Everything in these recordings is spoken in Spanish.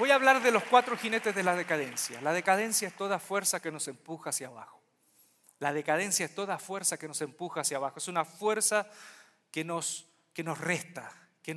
Voy a hablar de los 4 jinetes de la decadencia. La decadencia es toda fuerza que nos empuja hacia abajo. La decadencia es toda fuerza que nos empuja hacia abajo. Es una fuerza que nos resta, que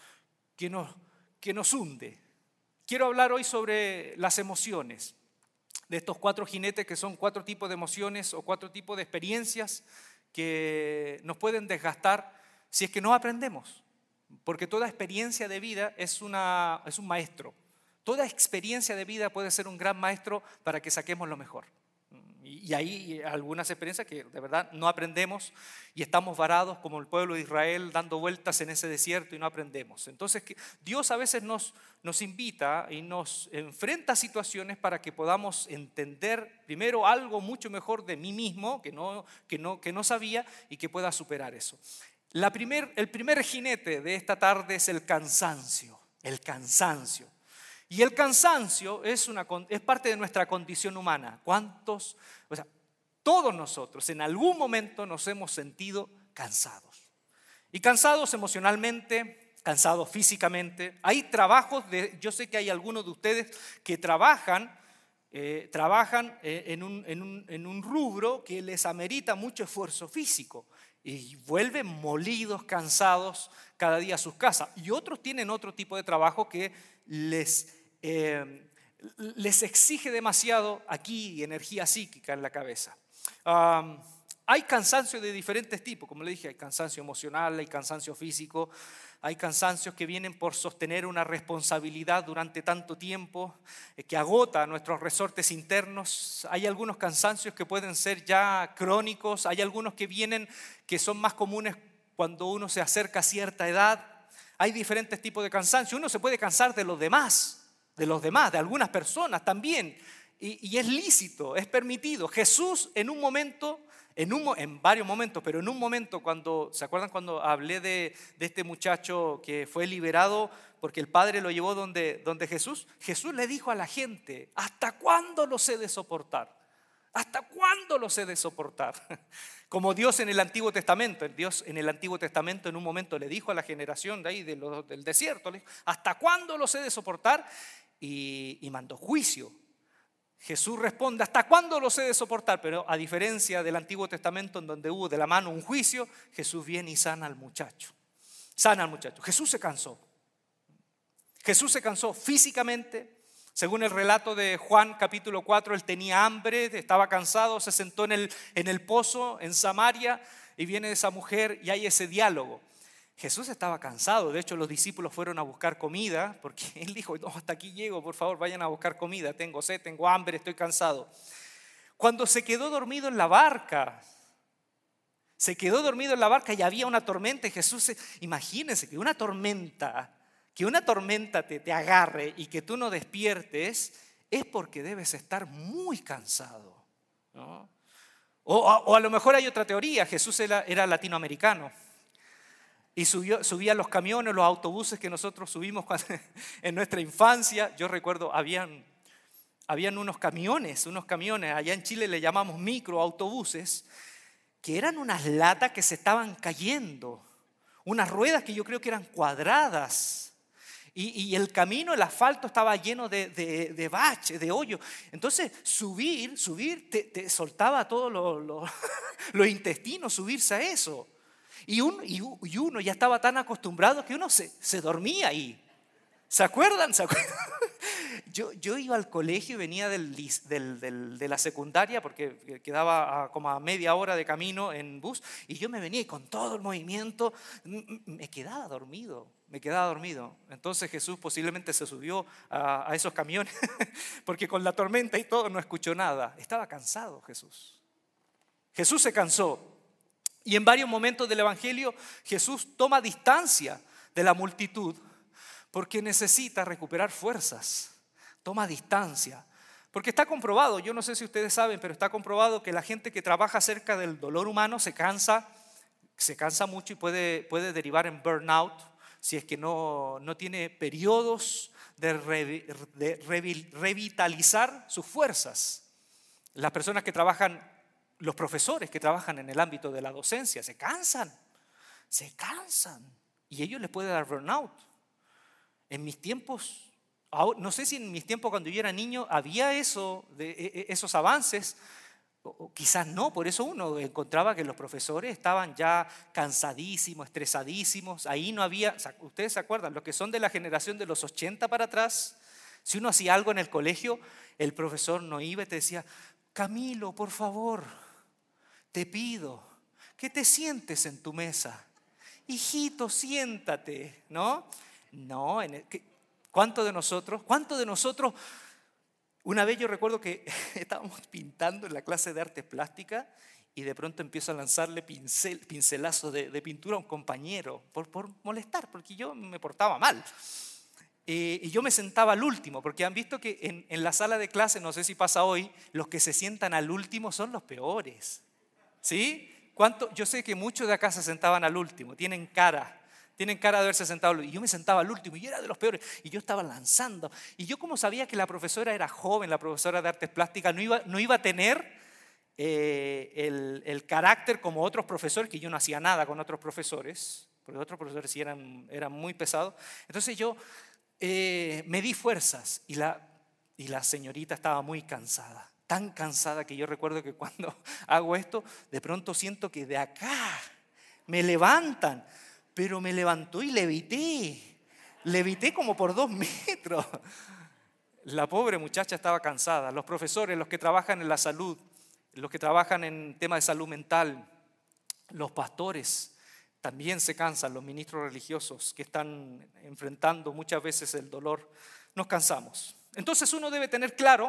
nos hunde. Quiero hablar hoy sobre las emociones, de estos 4 jinetes que son 4 tipos de emociones o 4 tipos de experiencias que nos pueden desgastar si es que no aprendemos. Porque toda experiencia de vida es un maestro. Toda experiencia de vida puede ser un gran maestro para que saquemos lo mejor. Y hay algunas experiencias que de verdad no aprendemos y estamos varados como el pueblo de Israel dando vueltas en ese desierto y no aprendemos. Entonces Dios a veces nos invita y nos enfrenta a situaciones para que podamos entender primero algo mucho mejor de mí mismo que no sabía y que pueda superar eso. El primer jinete de esta tarde es el cansancio. El cansancio. Y el cansancio es parte de nuestra condición humana. Todos nosotros en algún momento nos hemos sentido cansados. Y cansados emocionalmente, cansados físicamente. Hay trabajos, yo sé que hay algunos de ustedes que trabajan en un rubro que les amerita mucho esfuerzo físico. Y vuelven molidos, cansados cada día a sus casas. Y otros tienen otro tipo de trabajo que les exige demasiado aquí energía psíquica en la cabeza. Hay cansancio de diferentes tipos, como le dije, hay cansancio emocional, hay cansancio físico, hay cansancios que vienen por sostener una responsabilidad durante tanto tiempo que agota nuestros resortes internos. Hay algunos cansancios que pueden ser ya crónicos, hay algunos que son más comunes cuando uno se acerca a cierta edad. Hay diferentes tipos de cansancio. Uno se puede cansar de los demás, de algunas personas también. Y es lícito, es permitido. Jesús en varios momentos, pero en un momento ¿se acuerdan cuando hablé de este muchacho que fue liberado porque el padre lo llevó donde Jesús? Jesús le dijo a la gente: ¿hasta cuándo los he de soportar? ¿Hasta cuándo los he de soportar? Como Dios en el Antiguo Testamento. Dios en el Antiguo Testamento en un momento le dijo a la generación de ahí del desierto, le dijo: ¿hasta cuándo los he de soportar? Y mandó juicio. Jesús responde: ¿hasta cuándo los he de soportar? Pero a diferencia del Antiguo Testamento, en donde hubo de la mano un juicio, Jesús viene y sana al muchacho. Jesús se cansó. Jesús se cansó físicamente. Según el relato de Juan capítulo 4, él tenía hambre, estaba cansado, se sentó en el pozo en Samaria y viene esa mujer y hay ese diálogo. Jesús estaba cansado, de hecho los discípulos fueron a buscar comida porque él dijo: no, hasta aquí llego, por favor vayan a buscar comida, tengo sed, tengo hambre, estoy cansado. Cuando se quedó dormido en la barca y había una tormenta, imagínense que una tormenta te agarre y que tú no despiertes, es porque debes estar muy cansado, ¿no? O a lo mejor hay otra teoría: Jesús era latinoamericano y subía los camiones, los autobuses que nosotros subimos en nuestra infancia. Yo recuerdo, habían unos camiones, allá en Chile le llamamos microautobuses, que eran unas latas que se estaban cayendo, unas ruedas que yo creo que eran cuadradas. Y el camino, el asfalto estaba lleno de baches, de hoyos. Entonces subir te soltaba todos los intestinos, subirse a eso. Y uno ya estaba tan acostumbrado que uno se dormía ahí. ¿Se acuerdan? Yo iba al colegio y venía de la secundaria porque quedaba como a media hora de camino en bus, y yo me venía y con todo el movimiento me quedaba dormido. Entonces Jesús posiblemente se subió a esos camiones porque con la tormenta y todo no escuchó nada. Estaba cansado Jesús. Jesús se cansó. Y en varios momentos del Evangelio Jesús toma distancia de la multitud porque necesita recuperar fuerzas. Toma distancia. Porque está comprobado, yo no sé si ustedes saben, pero está comprobado que la gente que trabaja cerca del dolor humano se cansa mucho y puede derivar en burnout si es que no tiene periodos de revitalizar sus fuerzas. Las personas que trabajan, los profesores que trabajan en el ámbito de la docencia se cansan y ellos les puede dar burnout. En mis tiempos No sé si en mis tiempos cuando yo era niño había esos avances, o quizás no, por eso uno encontraba que los profesores estaban ya cansadísimos, estresadísimos. Ahí no había, ustedes se acuerdan, los que son de la generación de los 80 para atrás, si uno hacía algo en el colegio, el profesor no iba y te decía: Camilo, por favor, te pido que te sientes en tu mesa. Hijito, siéntate, ¿no? No, ¿cuántos de nosotros? Una vez yo recuerdo que estábamos pintando en la clase de artes plásticas y de pronto empiezo a lanzarle pincelazos de pintura a un compañero por molestar, porque yo me portaba mal. Y yo me sentaba al último, porque han visto que en la sala de clase, no sé si pasa hoy, los que se sientan al último son los peores. ¿Sí? Yo sé que muchos de acá se sentaban al último, tienen cara de haberse sentado al último. Y yo me sentaba al último y yo era de los peores. Y yo estaba lanzando. Y yo, como sabía que la profesora era joven, la profesora de artes plásticas, no iba a tener el carácter como otros profesores, que yo no hacía nada con otros profesores, porque otros profesores sí eran muy pesados. Entonces yo me di fuerzas y la señorita estaba muy cansada. Tan cansada que yo recuerdo que cuando hago esto, de pronto siento que de acá me levantan, pero me levantó y levité como por 2 metros. La pobre muchacha estaba cansada. Los profesores, los que trabajan en la salud, los que trabajan en temas de salud mental, los pastores también se cansan, los ministros religiosos que están enfrentando muchas veces el dolor, nos cansamos. Entonces uno debe tener claro,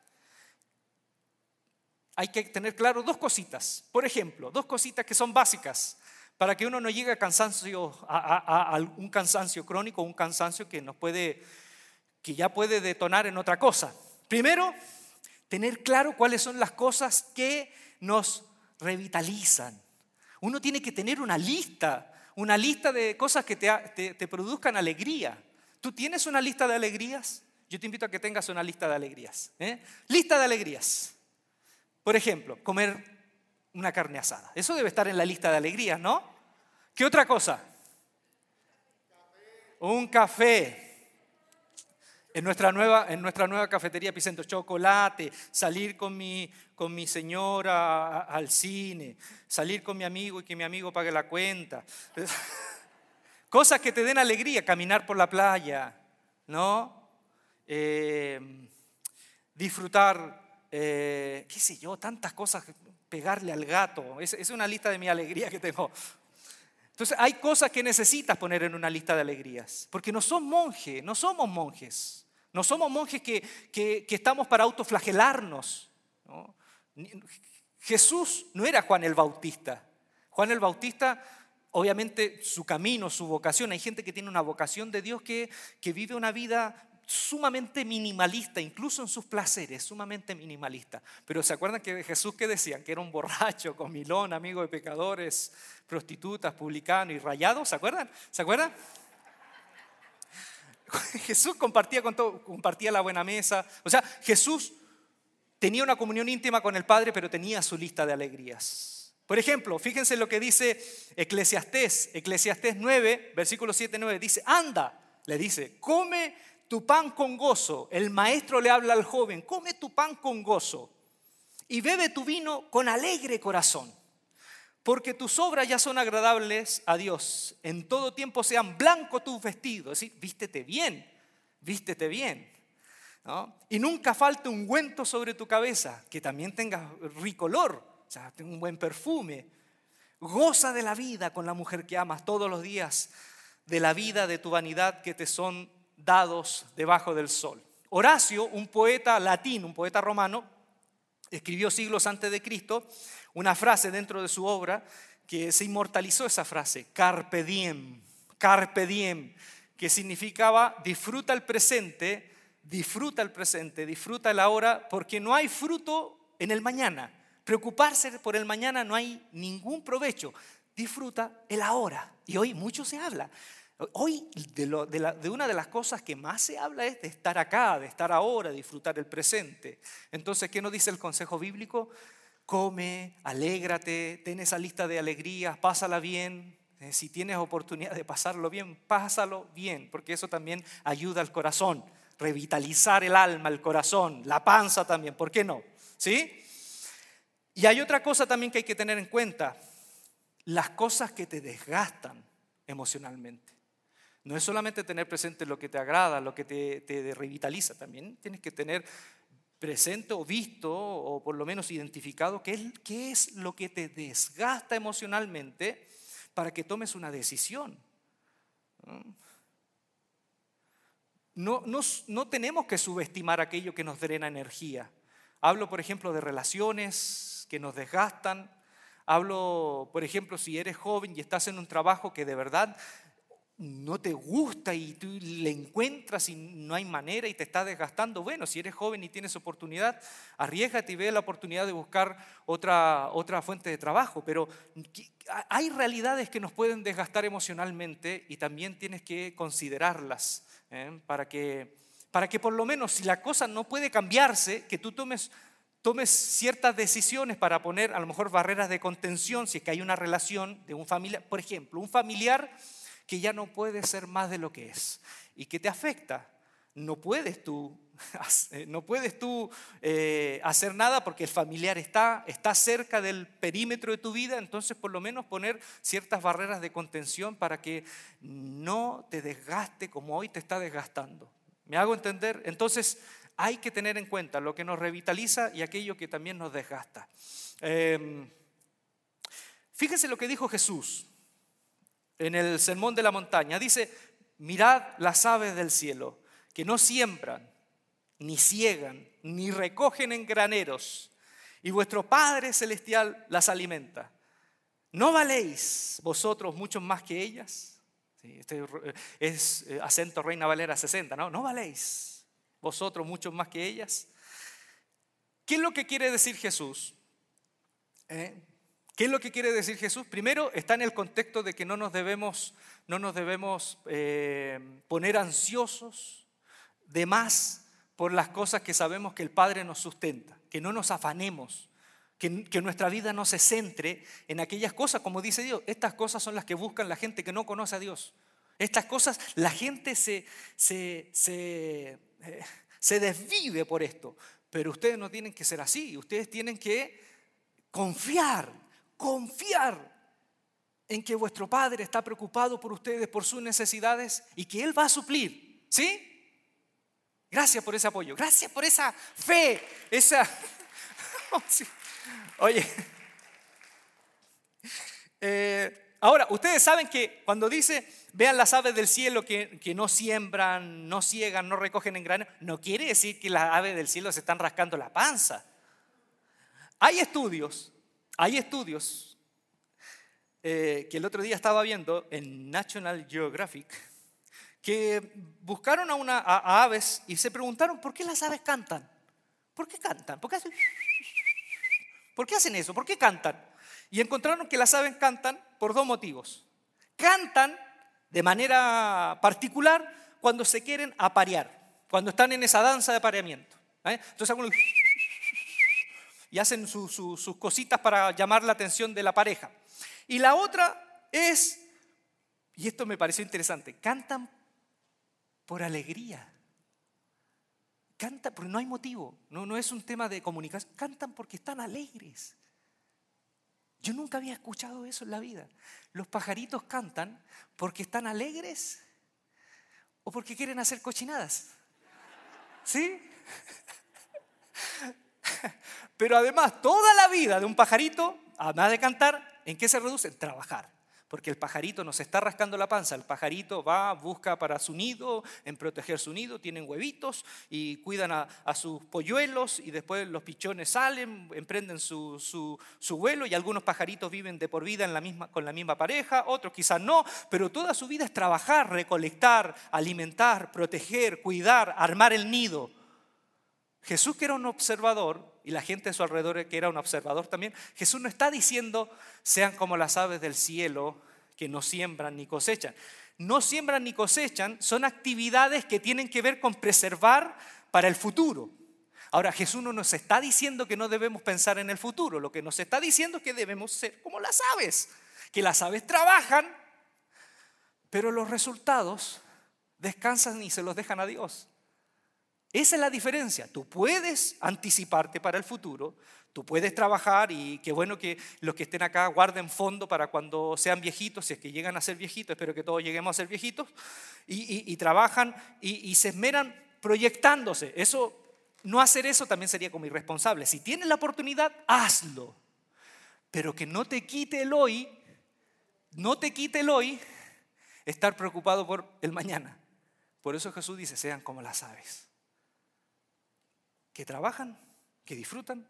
hay que tener claro 2 cositas. Por ejemplo, 2 cositas que son básicas para que uno no llegue a cansancio, a un cansancio crónico, un cansancio que ya puede detonar en otra cosa. Primero, tener claro cuáles son las cosas que nos revitalizan. Uno tiene que tener una lista de cosas que te produzcan alegría. ¿Tú tienes una lista de alegrías? Yo te invito a que tengas una lista de alegrías. Lista de alegrías. Por ejemplo, comer una carne asada. Eso debe estar en la lista de alegrías, ¿no? ¿Qué otra cosa? Un café. En nuestra nueva cafetería Epicentro, chocolate, salir con mi señora al cine, salir con mi amigo y que mi amigo pague la cuenta. Cosas que te den alegría, caminar por la playa, ¿no? Disfrutar, qué sé yo, tantas cosas, pegarle al gato. Es una lista de mi alegría que tengo. Entonces hay cosas que necesitas poner en una lista de alegrías, porque no somos monjes. No somos monjes que estamos para autoflagelarnos, ¿no? Jesús no era Juan el Bautista. Juan el Bautista, obviamente su camino, su vocación, hay gente que tiene una vocación de Dios que vive una vida sumamente minimalista, incluso en sus placeres, sumamente minimalista. Pero ¿se acuerdan que de Jesús qué decían? Que era un borracho, comilón, amigo de pecadores, prostitutas, publicano y rayado. ¿Se acuerdan? Jesús compartía la buena mesa. O sea, Jesús tenía una comunión íntima con el Padre, pero tenía su lista de alegrías. Por ejemplo, fíjense lo que dice Eclesiastés 9, versículo 7-9. Dice: anda, le dice, come tu pan con gozo. El maestro le habla al joven: come tu pan con gozo y bebe tu vino con alegre corazón, porque tus obras ya son agradables a Dios. En todo tiempo sean blancos tus vestidos. Es decir, vístete bien, ¿no? Y nunca falte ungüento sobre tu cabeza, que también tenga rico olor, o sea, tenga un buen perfume. Goza de la vida con la mujer que amas todos los días, de la vida de tu vanidad que te son dados debajo del sol. Horacio, un poeta latino, un poeta romano, escribió siglos antes de Cristo una frase dentro de su obra que se inmortalizó, esa frase: carpe diem, que significaba disfruta el presente, disfruta el ahora, porque no hay fruto en el mañana. Preocuparse por el mañana no hay ningún provecho. Disfruta el ahora. Y hoy mucho se habla. Hoy de una de las cosas que más se habla es de estar acá, de estar ahora, disfrutar el presente. Entonces, ¿qué nos dice el consejo bíblico? Come, alégrate, ten esa lista de alegrías, pásala bien. Si tienes oportunidad de pasarlo bien, pásalo bien, porque eso también ayuda al corazón. revitalizar el alma, el corazón, la panza también, ¿por qué no? ¿Sí? Y hay otra cosa también que hay que tener en cuenta, las cosas que te desgastan emocionalmente. No es solamente tener presente lo que te agrada, lo que te revitaliza, también tienes que tener presente o visto o por lo menos identificado qué es lo que te desgasta emocionalmente para que tomes una decisión. No tenemos que subestimar aquello que nos drena energía. Hablo, por ejemplo, de relaciones que nos desgastan. Hablo, por ejemplo, si eres joven y estás en un trabajo que de verdad no te gusta y tú le encuentras y no hay manera y te está desgastando. Bueno, si eres joven y tienes oportunidad, arriésgate y ve la oportunidad de buscar otra fuente de trabajo. Pero hay realidades que nos pueden desgastar emocionalmente y también tienes que considerarlas para que por lo menos, si la cosa no puede cambiarse, que tú tomes ciertas decisiones para poner a lo mejor barreras de contención si es que hay una relación de un familiar. Por ejemplo, un familiar que ya no puede ser más de lo que es y que te afecta. No puedes tú hacer nada porque el familiar está cerca del perímetro de tu vida, entonces por lo menos poner ciertas barreras de contención para que no te desgaste como hoy te está desgastando. ¿Me hago entender? Entonces hay que tener en cuenta lo que nos revitaliza y aquello que también nos desgasta. Fíjense lo que dijo Jesús en el Sermón de la Montaña. Dice, mirad las aves del cielo, que no siembran, ni ciegan, ni recogen en graneros, y vuestro Padre Celestial las alimenta. ¿No valéis vosotros mucho más que ellas? Sí, este es acento Reina Valera 60, ¿no? ¿No valéis vosotros mucho más que ellas? ¿Qué es lo que quiere decir Jesús? ¿Qué es lo que quiere decir Jesús? Primero, está en el contexto de que no nos debemos poner ansiosos de más por las cosas que sabemos que el Padre nos sustenta, que no nos afanemos, que nuestra vida no se centre en aquellas cosas, como dice Dios. Estas cosas son las que buscan la gente que no conoce a Dios. Estas cosas, la gente se desvive por esto, pero ustedes no tienen que ser así. Ustedes tienen que confiar en que vuestro Padre está preocupado por ustedes, por sus necesidades y que Él va a suplir. ¿Sí? Gracias por ese apoyo, gracias por esa fe, Oye, ahora, ustedes saben que cuando dice, vean las aves del cielo que no siembran, no ciegan, no recogen en grano, no quiere decir que las aves del cielo se están rascando la panza. Hay estudios que el otro día estaba viendo en National Geographic, que buscaron a aves y se preguntaron por qué las aves cantan. ¿Por qué cantan? ¿Por qué hacen eso? ¿Por qué cantan? Y encontraron que las aves cantan por dos motivos. Cantan de manera particular cuando se quieren aparear, cuando están en esa danza de apareamiento. Entonces algunos y hacen sus cositas para llamar la atención de la pareja. Y la otra es, y esto me pareció interesante, cantan por alegría. Cantan porque no hay motivo, no es un tema de comunicación, cantan porque están alegres. Yo nunca había escuchado eso en la vida. Los pajaritos cantan porque están alegres o porque quieren hacer cochinadas. ¿Sí? Pero además, toda la vida de un pajarito, además de cantar, ¿en qué se reduce? En trabajar. Porque el pajarito no se está rascando la panza, el pajarito va, busca para su nido, en proteger su nido, tienen huevitos y cuidan a sus polluelos y después los pichones salen, emprenden su vuelo y algunos pajaritos viven de por vida con la misma pareja, otros quizás no, pero toda su vida es trabajar, recolectar, alimentar, proteger, cuidar, armar el nido. Jesús, que era un observador, y la gente a su alrededor que era un observador también, Jesús no está diciendo sean como las aves del cielo que no siembran ni cosechan. No siembran ni cosechan, son actividades que tienen que ver con preservar para el futuro. Ahora, Jesús no nos está diciendo que no debemos pensar en el futuro, lo que nos está diciendo es que debemos ser como las aves, que las aves trabajan, pero los resultados descansan y se los dejan a Dios. Esa es la diferencia. Tú puedes anticiparte para el futuro, tú puedes trabajar y qué bueno que los que estén acá guarden fondo para cuando sean viejitos, si es que llegan a ser viejitos, espero que todos lleguemos a ser viejitos, y trabajan y se esmeran proyectándose. Eso, no hacer eso también sería como irresponsable. Si tienes la oportunidad, hazlo, pero que no te quite el hoy, estar preocupado por el mañana. Por eso Jesús dice, sean como las aves, que trabajan, que disfrutan,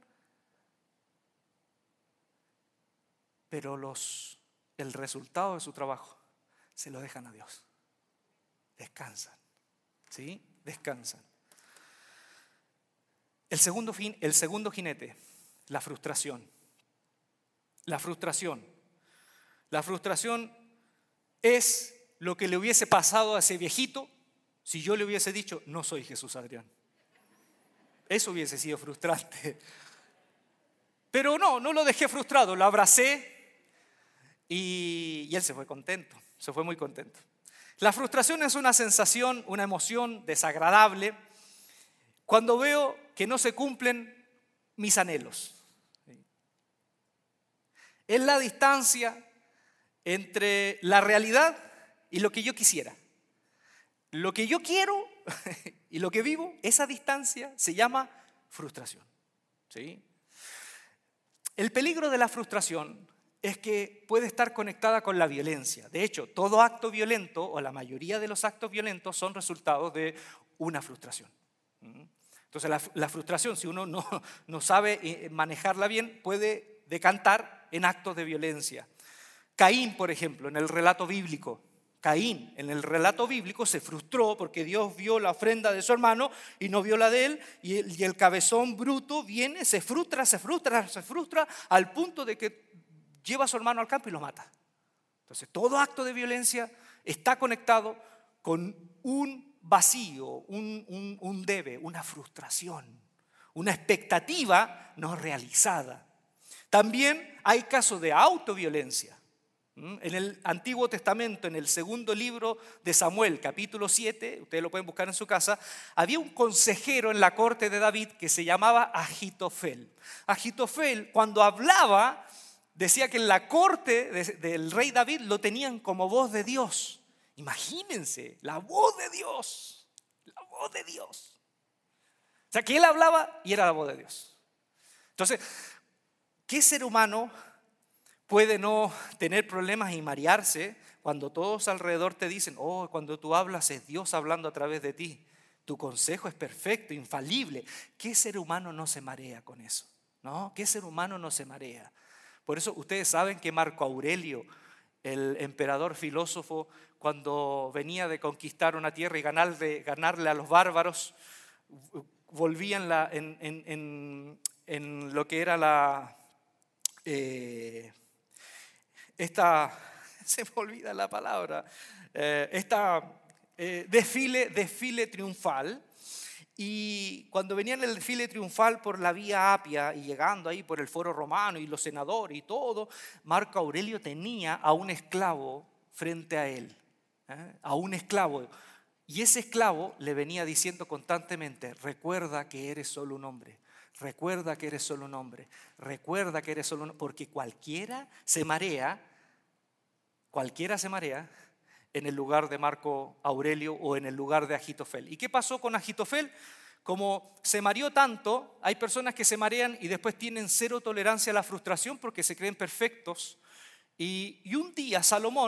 pero el resultado de su trabajo se lo dejan a Dios. Descansan, ¿sí? Descansan. El segundo jinete, la frustración. La frustración es lo que le hubiese pasado a ese viejito si yo le hubiese dicho, no soy Jesús Adrián. Eso hubiese sido frustrante. Pero no lo dejé frustrado, lo abracé y él se fue contento, se fue muy contento. La frustración es una sensación, una emoción desagradable cuando veo que no se cumplen mis anhelos. Es la distancia entre la realidad y lo que yo quisiera. Lo que yo quiero y lo que vivo, esa distancia se llama frustración. ¿Sí? El peligro de la frustración es que puede estar conectada con la violencia. De hecho, todo acto violento o la mayoría de los actos violentos son resultados de una frustración. Entonces la frustración, si uno no sabe manejarla bien, puede decantar en actos de violencia. Caín, por ejemplo, en el relato bíblico, se frustró porque Dios vio la ofrenda de su hermano y no vio la de él, y el cabezón bruto viene, se frustra al punto de que lleva a su hermano al campo y lo mata. Entonces todo acto de violencia está conectado con un vacío, un debe, una frustración, una expectativa no realizada. También hay casos de autoviolencia. En el Antiguo Testamento, en el segundo libro de Samuel, capítulo 7, ustedes lo pueden buscar en su casa, había un consejero en la corte de David que se llamaba Agitofel. Agitofel, cuando hablaba, decía que en la corte del rey David lo tenían como voz de Dios. Imagínense, la voz de Dios, la voz de Dios. O sea, que él hablaba y era la voz de Dios. Entonces, ¿qué ser humano puede no tener problemas y marearse cuando todos alrededor te dicen, oh, cuando tú hablas es Dios hablando a través de ti? Tu consejo es perfecto, infalible. ¿Qué ser humano no se marea con eso? ¿No? ¿Qué ser humano no se marea? Por eso ustedes saben que Marco Aurelio, el emperador filósofo, cuando venía de conquistar una tierra y ganarle a los bárbaros, volvía en lo que era se me olvida la palabra, desfile triunfal. Y cuando venía en el desfile triunfal por la vía Apia y llegando ahí por el foro romano y los senadores y todo, Marco Aurelio tenía a un esclavo frente a él, a un esclavo. Y ese esclavo le venía diciendo constantemente, recuerda que eres solo un hombre. Recuerda que eres solo un hombre. Recuerda que eres solo un hombre. Porque cualquiera se marea en el lugar de Marco Aurelio o en el lugar de Agitofel. ¿Y qué pasó con Agitofel? Como se mareó tanto, hay personas que se marean y después tienen cero tolerancia a la frustración porque se creen perfectos. Y un día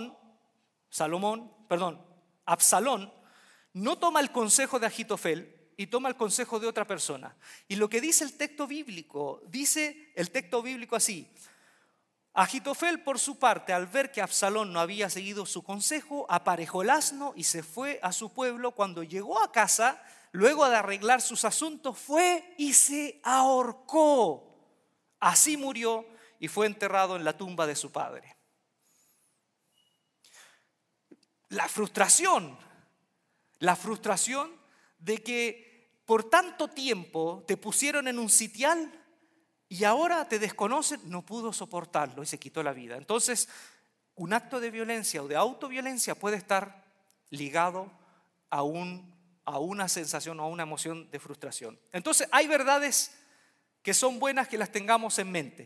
Absalón no toma el consejo de Agitofel y toma el consejo de otra persona. Y lo que dice el texto bíblico así: Agitofel, por su parte, al ver que Absalón no había seguido su consejo, aparejó el asno y se fue a su pueblo. Cuando llegó a casa, luego de arreglar sus asuntos, fue y se ahorcó. Así murió y fue enterrado en la tumba de su padre. La frustración de que por tanto tiempo te pusieron en un sitial y ahora te desconocen, no pudo soportarlo y se quitó la vida. Entonces, un acto de violencia o de autoviolencia puede estar ligado a un a una sensación o a una emoción de frustración. Entonces, hay verdades que son buenas que las tengamos en mente.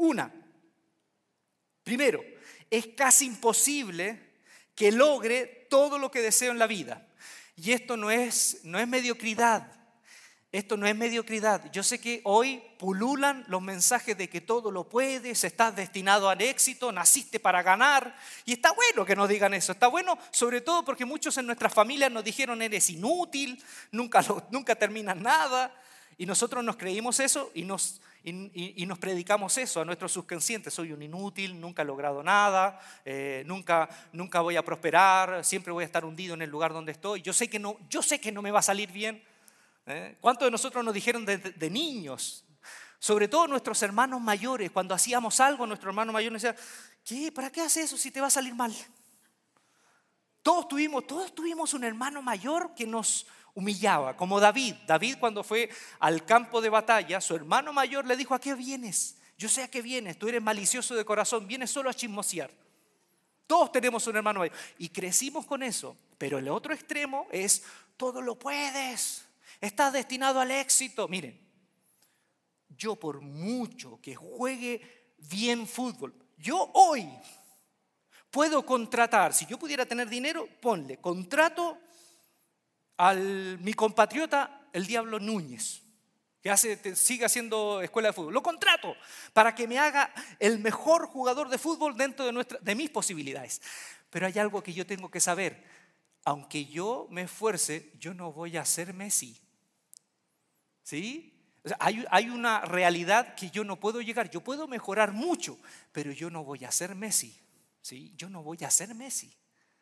Primero, es casi imposible que logre todo lo que deseo en la vida. Y esto no es mediocridad. Esto no es mediocridad. Yo sé que hoy pululan los mensajes de que todo lo puedes, estás destinado al éxito, naciste para ganar. Y está bueno que nos digan eso. Está bueno sobre todo porque muchos en nuestras familias nos dijeron eres inútil, nunca terminas nada. Y nosotros nos creímos eso y nos predicamos eso a nuestro subconsciente. Soy un inútil, nunca he logrado nada, nunca voy a prosperar, siempre voy a estar hundido en el lugar donde estoy. Yo sé que no me va a salir bien. ¿Cuántos de nosotros nos dijeron de niños? Sobre todo nuestros hermanos mayores, cuando hacíamos algo, nuestro hermano mayor nos decía, ¿qué? ¿Para qué haces eso si te va a salir mal? Todos tuvimos un hermano mayor que nos humillaba, como David. David, cuando fue al campo de batalla, su hermano mayor le dijo, ¿a qué vienes? Yo sé a qué vienes, tú eres malicioso de corazón, vienes solo a chismosear. Todos tenemos un hermano mayor y crecimos con eso, pero el otro extremo es, todo lo puedes, estás destinado al éxito. Miren, yo por mucho que juegue bien fútbol, yo hoy puedo contratar, si yo pudiera tener dinero, contrato mi compatriota, el Diablo Núñez, que sigue haciendo escuela de fútbol. Lo contrato para que me haga el mejor jugador de fútbol dentro de mis posibilidades. Pero hay algo que yo tengo que saber. Aunque yo me esfuerce, yo no voy a ser Messi. ¿Sí? O sea, hay una realidad que yo no puedo llegar. Yo puedo mejorar mucho, pero yo no voy a ser Messi. ¿Sí? Yo no voy a ser Messi.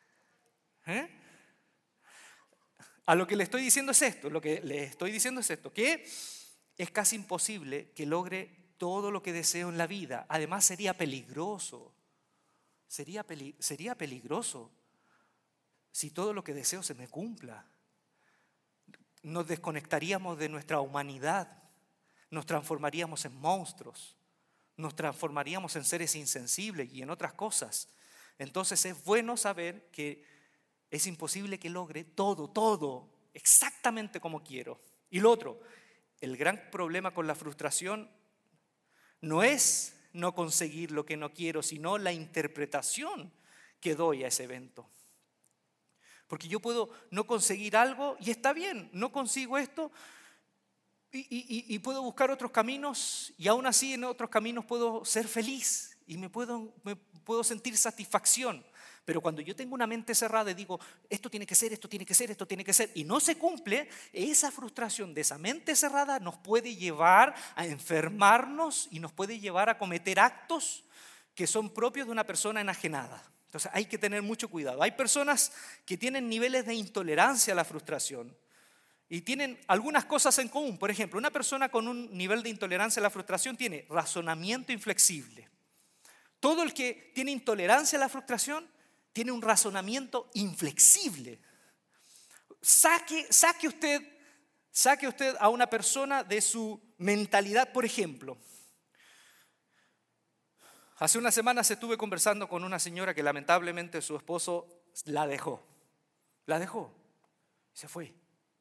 A lo que le estoy diciendo es esto, que es casi imposible que logre todo lo que deseo en la vida. Además sería peligroso. Sería peligroso si todo lo que deseo se me cumpla. Nos desconectaríamos de nuestra humanidad, nos transformaríamos en monstruos, nos transformaríamos en seres insensibles y en otras cosas. Entonces es bueno saber que es imposible que logre todo, exactamente como quiero. Y lo otro, el gran problema con la frustración no es no conseguir lo que no quiero, sino la interpretación que doy a ese evento. Porque yo puedo no conseguir algo y está bien, no consigo esto y puedo buscar otros caminos y aún así en otros caminos puedo ser feliz y me puedo sentir satisfacción. Pero cuando yo tengo una mente cerrada y digo, esto tiene que ser, y no se cumple, esa frustración de esa mente cerrada nos puede llevar a enfermarnos y nos puede llevar a cometer actos que son propios de una persona enajenada. Entonces hay que tener mucho cuidado. Hay personas que tienen niveles de intolerancia a la frustración y tienen algunas cosas en común. Por ejemplo, una persona con un nivel de intolerancia a la frustración tiene razonamiento inflexible. Todo el que tiene intolerancia a la frustración tiene un razonamiento inflexible. Saque usted a una persona de su mentalidad, por ejemplo. Hace unas semanas estuve conversando con una señora que lamentablemente su esposo la dejó. Se fue.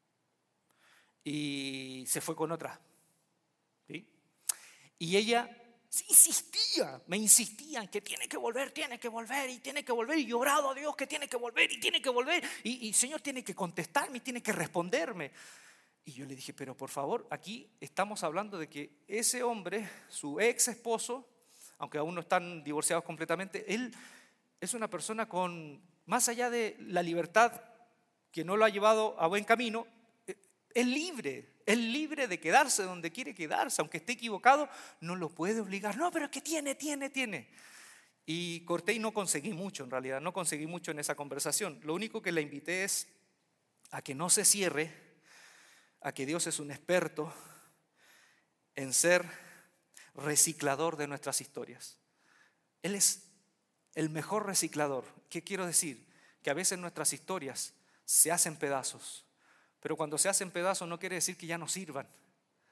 Y se fue con otra. ¿Sí? Y ella me insistían que tiene que volver, y yo orado a Dios que tiene que volver, y Señor tiene que contestarme, tiene que responderme. Y yo le dije, pero por favor, aquí estamos hablando de que ese hombre, su ex esposo, aunque aún no están divorciados completamente, él es una persona más allá de la libertad que no lo ha llevado a buen camino, es libre de quedarse donde quiere quedarse, aunque esté equivocado, no lo puede obligar. No, pero es que tiene. Y corté y no conseguí mucho, en realidad, no conseguí mucho en esa conversación. Lo único que le invité es a que no se cierre, a que Dios es un experto en ser reciclador de nuestras historias. Él es el mejor reciclador. ¿Qué quiero decir? Que a veces nuestras historias se hacen pedazos. Pero cuando se hacen pedazos no quiere decir que ya no sirvan.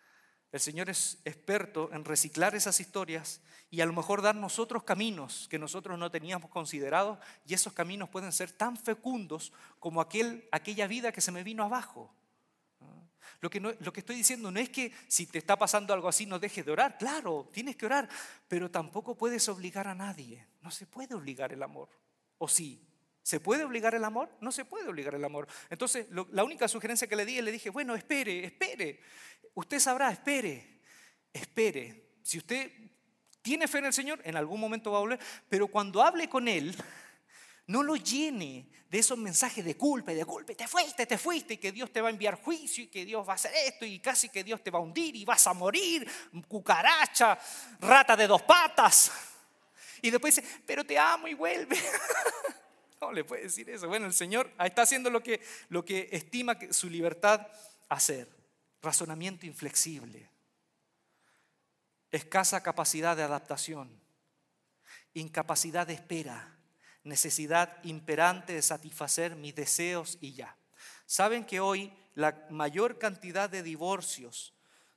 El Señor es experto en reciclar esas historias y a lo mejor darnos otros caminos que nosotros no teníamos considerados, y esos caminos pueden ser tan fecundos como aquella vida que se me vino abajo. Lo que estoy diciendo no es que si te está pasando algo así no dejes de orar. Claro, tienes que orar, pero tampoco puedes obligar a nadie. No se puede obligar el amor. ¿O sí? ¿Se puede obligar el amor? No se puede obligar el amor. Entonces, la única sugerencia que le dije, bueno, espere. Usted sabrá, espere. Si usted tiene fe en el Señor, en algún momento va a volver, pero cuando hable con Él, no lo llene de esos mensajes de culpa, y te fuiste, y que Dios te va a enviar juicio, y que Dios va a hacer esto, y casi que Dios te va a hundir, y vas a morir, cucaracha, rata de 2 patas. Y después dice, pero te amo y vuelve. No le puede decir eso. Bueno, el Señor está haciendo lo que estima que su libertad hacer. Razonamiento inflexible, escasa capacidad de adaptación, incapacidad de espera, necesidad imperante de satisfacer mis deseos y ya. ¿Saben que hoy la mayor cantidad de divorcios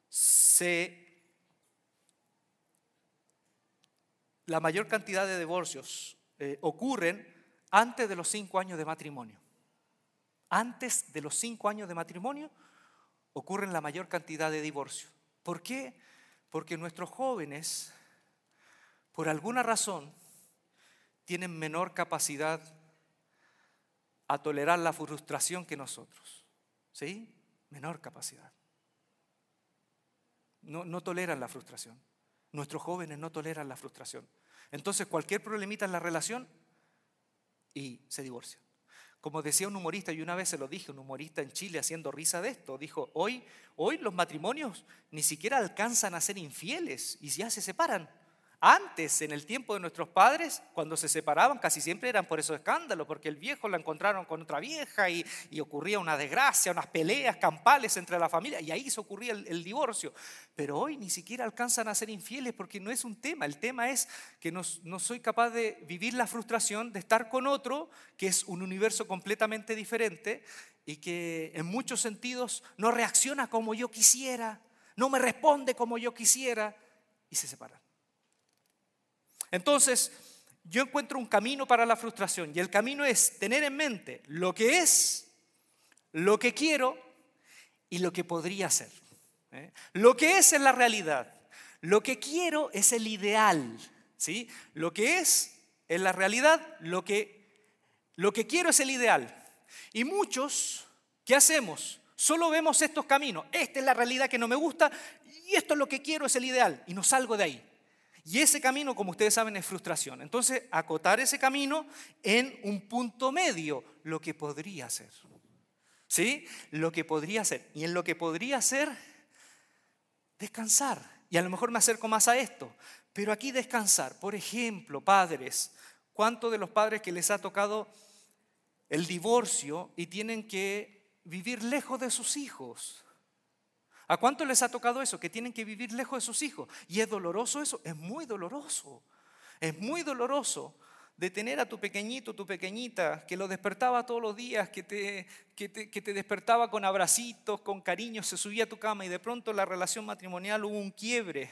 ocurren antes de los 5 años de matrimonio? Antes de los 5 años de matrimonio ocurren la mayor cantidad de divorcios. ¿Por qué? Porque nuestros jóvenes, por alguna razón, tienen menor capacidad a tolerar la frustración que nosotros. ¿Sí? Menor capacidad. No toleran la frustración. Nuestros jóvenes no toleran la frustración. Entonces, cualquier problemita en la relación y se divorcian. Como decía un humorista, y una vez se lo dije, un humorista en Chile haciendo risa de esto, dijo, hoy los matrimonios ni siquiera alcanzan a ser infieles y ya se separan. Antes, en el tiempo de nuestros padres, cuando se separaban, casi siempre eran por esos escándalos, porque el viejo la encontraron con otra vieja y ocurría una desgracia, unas peleas campales entre la familia, y ahí se ocurría el divorcio. Pero hoy ni siquiera alcanzan a ser infieles porque no es un tema. El tema es que no soy capaz de vivir la frustración de estar con otro que es un universo completamente diferente y que en muchos sentidos no reacciona como yo quisiera, no me responde como yo quisiera, y se separan. Entonces, yo encuentro un camino para la frustración, y el camino es tener en mente lo que es, lo que quiero y lo que podría ser. Lo que es la realidad, lo que quiero es el ideal, ¿sí? Lo que es la realidad, lo que quiero es el ideal. Y muchos, ¿qué hacemos? Solo vemos estos caminos. Esta es la realidad que no me gusta y esto es lo que quiero, es el ideal, y no salgo de ahí. Y ese camino, como ustedes saben, es frustración. Entonces, acotar ese camino en un punto medio, lo que podría ser. ¿Sí? Lo que podría ser. Y en lo que podría ser, descansar. Y a lo mejor me acerco más a esto. Pero aquí descansar. Por ejemplo, padres, ¿cuántos de los padres que les ha tocado el divorcio y tienen que vivir lejos de sus hijos? ¿A cuánto les ha tocado eso? Que tienen que vivir lejos de sus hijos. ¿Y es doloroso eso? Es muy doloroso. Es muy doloroso de tener a tu pequeñito, tu pequeñita, que lo despertaba todos los días, que te despertaba con abracitos, con cariño, se subía a tu cama, y de pronto la relación matrimonial hubo un quiebre.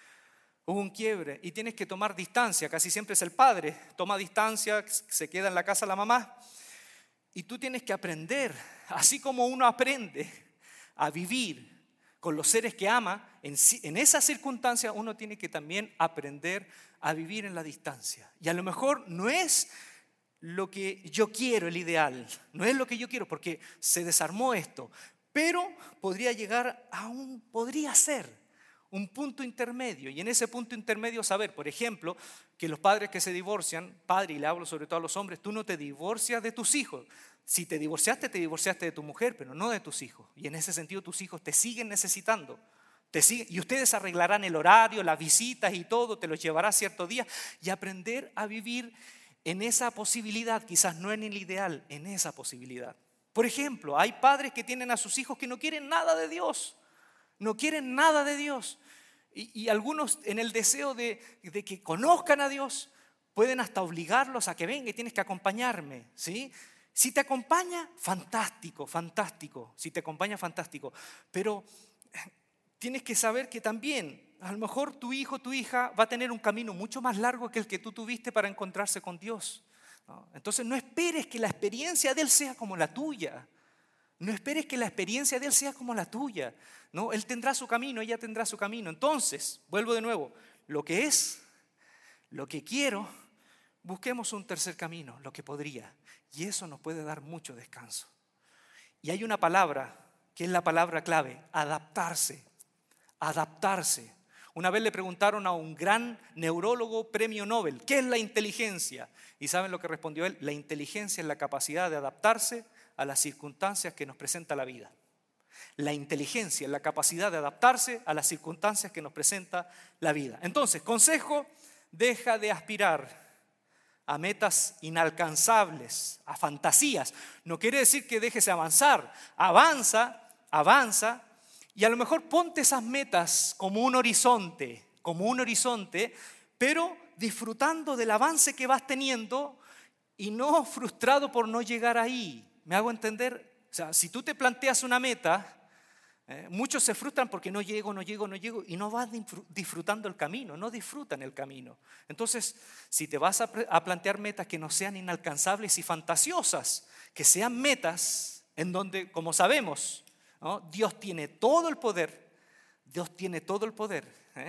Y tienes que tomar distancia. Casi siempre es el padre. Toma distancia, se queda en la casa la mamá. Y tú tienes que aprender, así como uno aprende a vivir con los seres que ama, en esa circunstancia uno tiene que también aprender a vivir en la distancia. Y a lo mejor no es lo que yo quiero, el ideal, no es lo que yo quiero, porque se desarmó esto, pero podría llegar podría ser un punto intermedio, y en ese punto intermedio saber, por ejemplo, que los padres que se divorcian, padre, y le hablo sobre todo a los hombres, tú no te divorcias de tus hijos. Si te divorciaste de tu mujer, pero no de tus hijos. Y en ese sentido tus hijos te siguen necesitando. Y ustedes arreglarán el horario, las visitas y todo, te los llevará cierto día. Y aprender a vivir en esa posibilidad, quizás no en el ideal, en esa posibilidad. Por ejemplo, hay padres que tienen a sus hijos que no quieren nada de Dios. No quieren nada de Dios. Y algunos en el deseo de que conozcan a Dios, pueden hasta obligarlos a que venga y tienes que acompañarme, ¿sí? Si te acompaña, fantástico. Si te acompaña, fantástico. Pero tienes que saber que también a lo mejor tu hijo, tu hija va a tener un camino mucho más largo que el que tú tuviste para encontrarse con Dios, ¿no? Entonces no esperes que la experiencia de él sea como la tuya. No esperes que la experiencia de él sea como la tuya, ¿no? Él tendrá su camino, ella tendrá su camino. Entonces, vuelvo de nuevo, lo que es, lo que quiero, busquemos un tercer camino, lo que podría. Y eso nos puede dar mucho descanso. Y hay una palabra que es la palabra clave: adaptarse. Adaptarse. Una vez le preguntaron a un gran neurólogo premio Nobel, ¿qué es la inteligencia? ¿Y saben lo que respondió él? La inteligencia es la capacidad de adaptarse a las circunstancias que nos presenta la vida. La inteligencia es la capacidad de adaptarse a las circunstancias que nos presenta la vida. Entonces, consejo: deja de aspirar a metas inalcanzables, a fantasías. No quiere decir que dejes de avanzar. Avanza, y a lo mejor ponte esas metas como un horizonte, pero disfrutando del avance que vas teniendo y no frustrado por no llegar ahí. ¿Me hago entender? O sea, si tú te planteas una meta, muchos se frustran porque no llego y no vas disfrutando el camino, no disfrutan el camino. Entonces, si te vas a plantear metas que no sean inalcanzables y fantasiosas, que sean metas en donde, como sabemos, ¿no?, Dios tiene todo el poder, Dios tiene todo el poder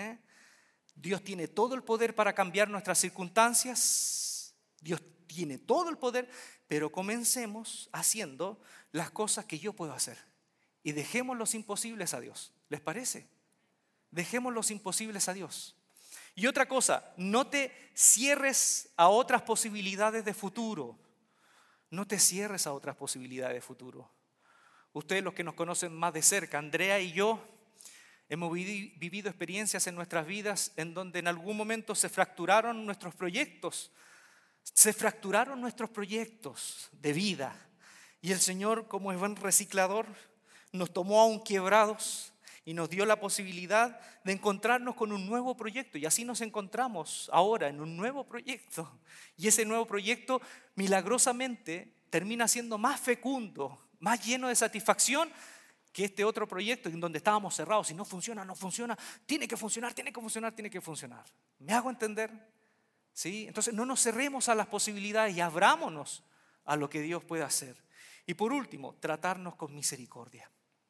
para cambiar nuestras circunstancias, Dios tiene todo el poder, pero comencemos haciendo las cosas que yo puedo hacer. Y dejemos los imposibles a Dios. ¿Les parece? Dejemos los imposibles a Dios. Y otra cosa, no te cierres a otras posibilidades de futuro. No te cierres a otras posibilidades de futuro. Ustedes, los que nos conocen más de cerca, Andrea y yo, hemos vivido experiencias en nuestras vidas en donde en algún momento se fracturaron nuestros proyectos. Se fracturaron nuestros proyectos de vida. Y el Señor, como es buen reciclador, nos tomó aún quebrados y nos dio la posibilidad de encontrarnos con un nuevo proyecto. Y así nos encontramos ahora en un nuevo proyecto. Y ese nuevo proyecto milagrosamente termina siendo más fecundo, más lleno de satisfacción que este otro proyecto en donde estábamos cerrados. Si no funciona, tiene que funcionar. ¿Me hago entender? ¿Sí? Entonces no nos cerremos a las posibilidades y abrámonos a lo que Dios puede hacer. Y por último, tratarnos con misericordia.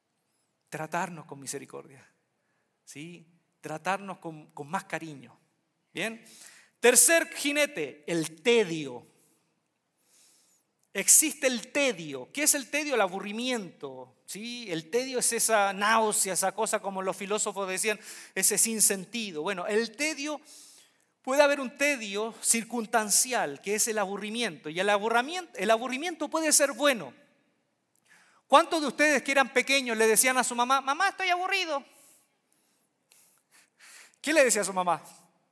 ¿Sí? Tratarnos con más cariño. Bien. Tercer jinete, el tedio. Existe el tedio. ¿Qué es el tedio? El aburrimiento. ¿Sí? El tedio es esa náusea, esa cosa como los filósofos decían, ese sinsentido. Bueno, el tedio, puede haber un tedio circunstancial, que es el aburrimiento. Y el aburrimiento puede ser bueno. ¿Cuántos de ustedes que eran pequeños le decían a su mamá, mamá, estoy aburrido? ¿Qué le decía a su mamá?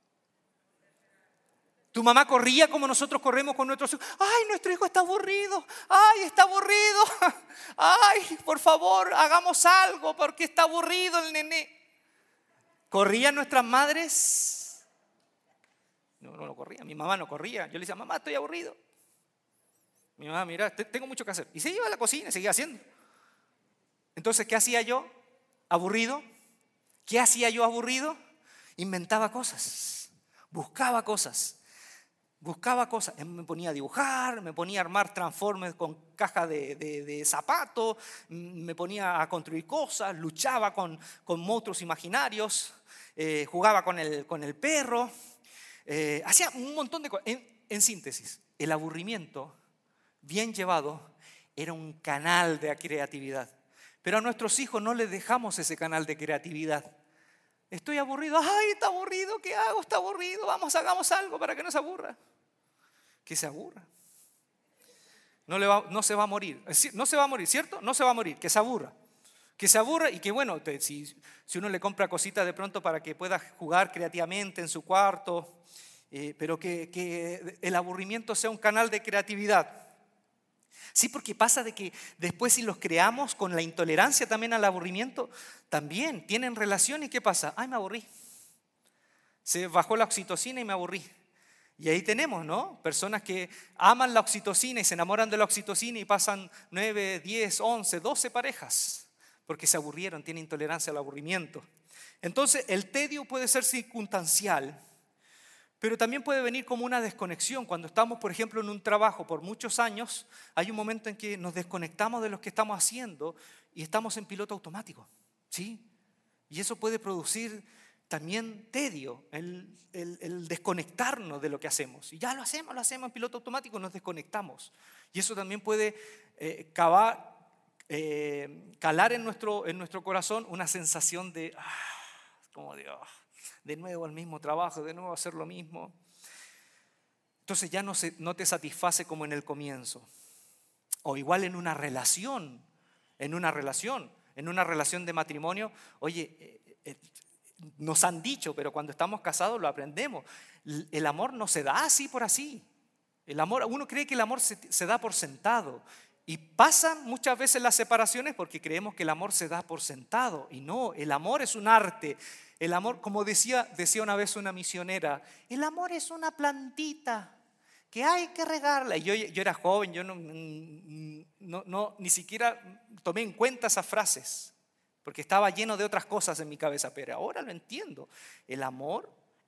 Tu mamá corría como nosotros corremos con nuestros hijos. Ay, nuestro hijo está aburrido. Ay, está aburrido. Ay, por favor, hagamos algo porque está aburrido el nené. ¿Corrían nuestras madres? No corría. Mi mamá no corría. Yo le decía, mamá, estoy aburrido. Mi mamá, mira, tengo mucho que hacer. Y se iba a la cocina y seguía haciendo. Entonces, ¿qué hacía yo? Aburrido. ¿Qué hacía yo aburrido? Inventaba cosas. Buscaba cosas. Me ponía a dibujar, me ponía a armar transformes con cajas de zapatos, me ponía a construir cosas, luchaba con monstruos imaginarios, jugaba con el perro, hacía un montón de cosas. En síntesis, el aburrimiento bien llevado era un canal de creatividad. Pero a nuestros hijos no les dejamos ese canal de creatividad. Estoy aburrido. Ay, está aburrido. ¿Qué hago? Está aburrido. Vamos, hagamos algo para que no se aburra. Que se aburra. No se va a morir. No se va a morir, ¿cierto? No se va a morir. Que se aburra. Que se aburra y que bueno, si uno le compra cositas de pronto para que pueda jugar creativamente en su cuarto, pero que el aburrimiento sea un canal de creatividad. Sí, porque pasa de que después si los creamos con la intolerancia también al aburrimiento, también tienen relación. ¿Y qué pasa? Ay, me aburrí. Se bajó la oxitocina y me aburrí. Y ahí tenemos, ¿no? Personas que aman la oxitocina y se enamoran de la oxitocina y pasan 9, 10, 11, 12 parejas. porque se aburrieron, tienen intolerancia al aburrimiento. Entonces, el tedio puede ser circunstancial, pero también puede venir como una desconexión. Cuando estamos, por ejemplo, en un trabajo por muchos años, hay un momento en que nos desconectamos de lo que estamos haciendo y estamos en piloto automático, ¿sí? Y eso puede producir también tedio, el desconectarnos de lo que hacemos. Y ya lo hacemos en piloto automático, nos desconectamos. Y eso también puede calar en nuestro corazón una sensación de, como de nuevo el mismo trabajo, de nuevo hacer lo mismo. Entonces ya no te satisface como en el comienzo. O igual en una relación de matrimonio, oye, nos han dicho, pero cuando estamos casados lo aprendemos. El amor no se da así por así. El amor, uno cree que el amor se da por sentado. Y pasan muchas veces las separaciones porque creemos que el amor se da por sentado. Y no, el amor es un arte. El amor, como decía una vez una misionera, el amor es una plantita que hay que regarla. Y yo era joven, yo ni siquiera tomé en cuenta esas frases, porque estaba lleno de otras cosas en mi cabeza, pero ahora lo entiendo. El amor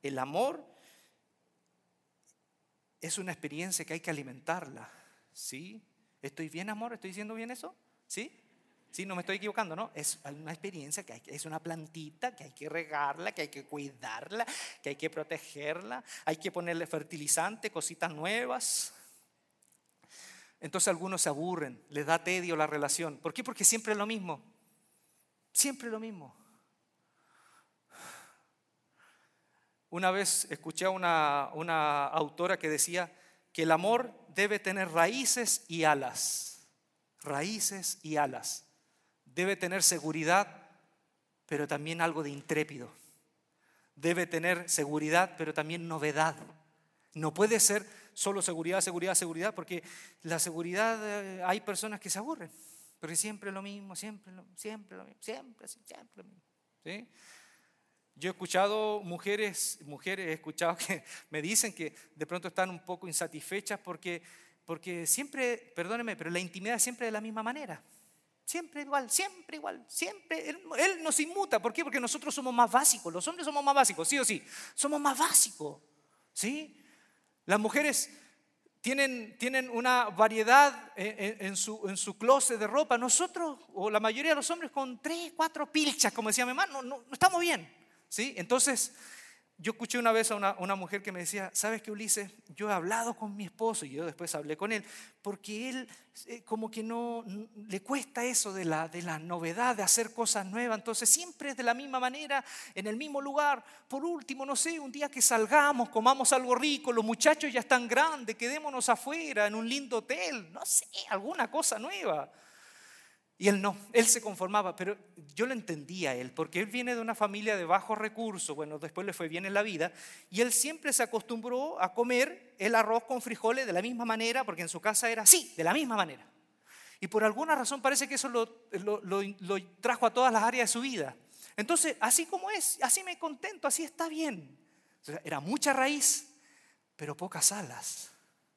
es una experiencia que hay que alimentarla, ¿sí? ¿Estoy bien, amor? ¿Estoy diciendo bien eso? ¿Sí? Sí, no me estoy equivocando, ¿no? Es una experiencia es una plantita que hay que regarla, que hay que cuidarla, que hay que protegerla, hay que ponerle fertilizante, cositas nuevas. Entonces algunos se aburren, les da tedio la relación. ¿Por qué? Porque siempre es lo mismo. Siempre lo mismo. Una vez escuché a una autora que decía que el amor debe tener raíces y alas. Raíces y alas. Debe tener seguridad, pero también algo de intrépido. Debe tener seguridad, pero también novedad. No puede ser solo seguridad, porque la seguridad, hay personas que se aburren, pero siempre lo mismo, siempre lo mismo, siempre lo mismo. ¿Sí? Yo he escuchado mujeres he escuchado que me dicen que de pronto están un poco insatisfechas porque siempre, perdónenme, pero la intimidad es siempre de la misma manera. Siempre igual, siempre. Él nos inmuta. ¿Por qué? Porque nosotros somos más básicos. Los hombres somos más básicos, sí o sí. Somos más básicos, ¿sí? Las mujeres tienen una variedad en su closet de ropa. Nosotros, o la mayoría de los hombres, con 3, 4 pilchas, como decía mi mamá, no estamos bien, ¿sí? Entonces, yo escuché una vez a una mujer que me decía, ¿sabes qué, Ulises? Yo he hablado con mi esposo y yo después hablé con él, porque él como que no le cuesta eso de la novedad, de hacer cosas nuevas. Entonces siempre es de la misma manera, en el mismo lugar. Por último, no sé, un día que salgamos, comamos algo rico, los muchachos ya están grandes, quedémonos afuera en un lindo hotel, no sé, alguna cosa nueva. Y él se conformaba, pero yo lo entendía a él, porque él viene de una familia de bajos recursos, bueno, después le fue bien en la vida, y él siempre se acostumbró a comer el arroz con frijoles de la misma manera, porque en su casa era así, de la misma manera. Y por alguna razón parece que eso lo trajo a todas las áreas de su vida. Entonces, así como es, así me contento, así está bien. O sea, era mucha raíz, pero pocas alas.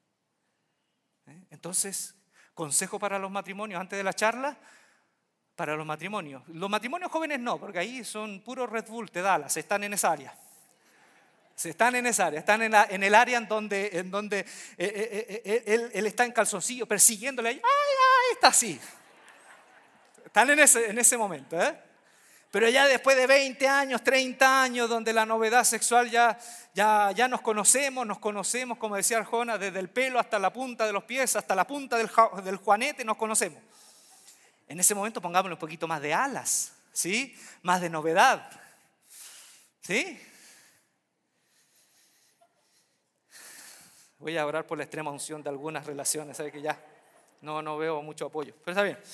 Entonces, consejo para los matrimonios antes de la charla, para los matrimonios. Los matrimonios jóvenes no, porque ahí son puros Red Bull, te da alas, están en esa área. Están en en el área en donde él está en calzoncillo persiguiéndole. ¡Ay, está así! Están en ese momento, Pero ya después de 20 años, 30 años, donde la novedad sexual ya nos conocemos, como decía Arjona, desde el pelo hasta la punta de los pies, hasta la punta del juanete, nos conocemos. En ese momento pongámosle un poquito más de alas, ¿sí? Más de novedad, ¿sí? Voy a orar por la extrema unción de algunas relaciones, ¿sabe? Que ya no veo mucho apoyo, pero está bien.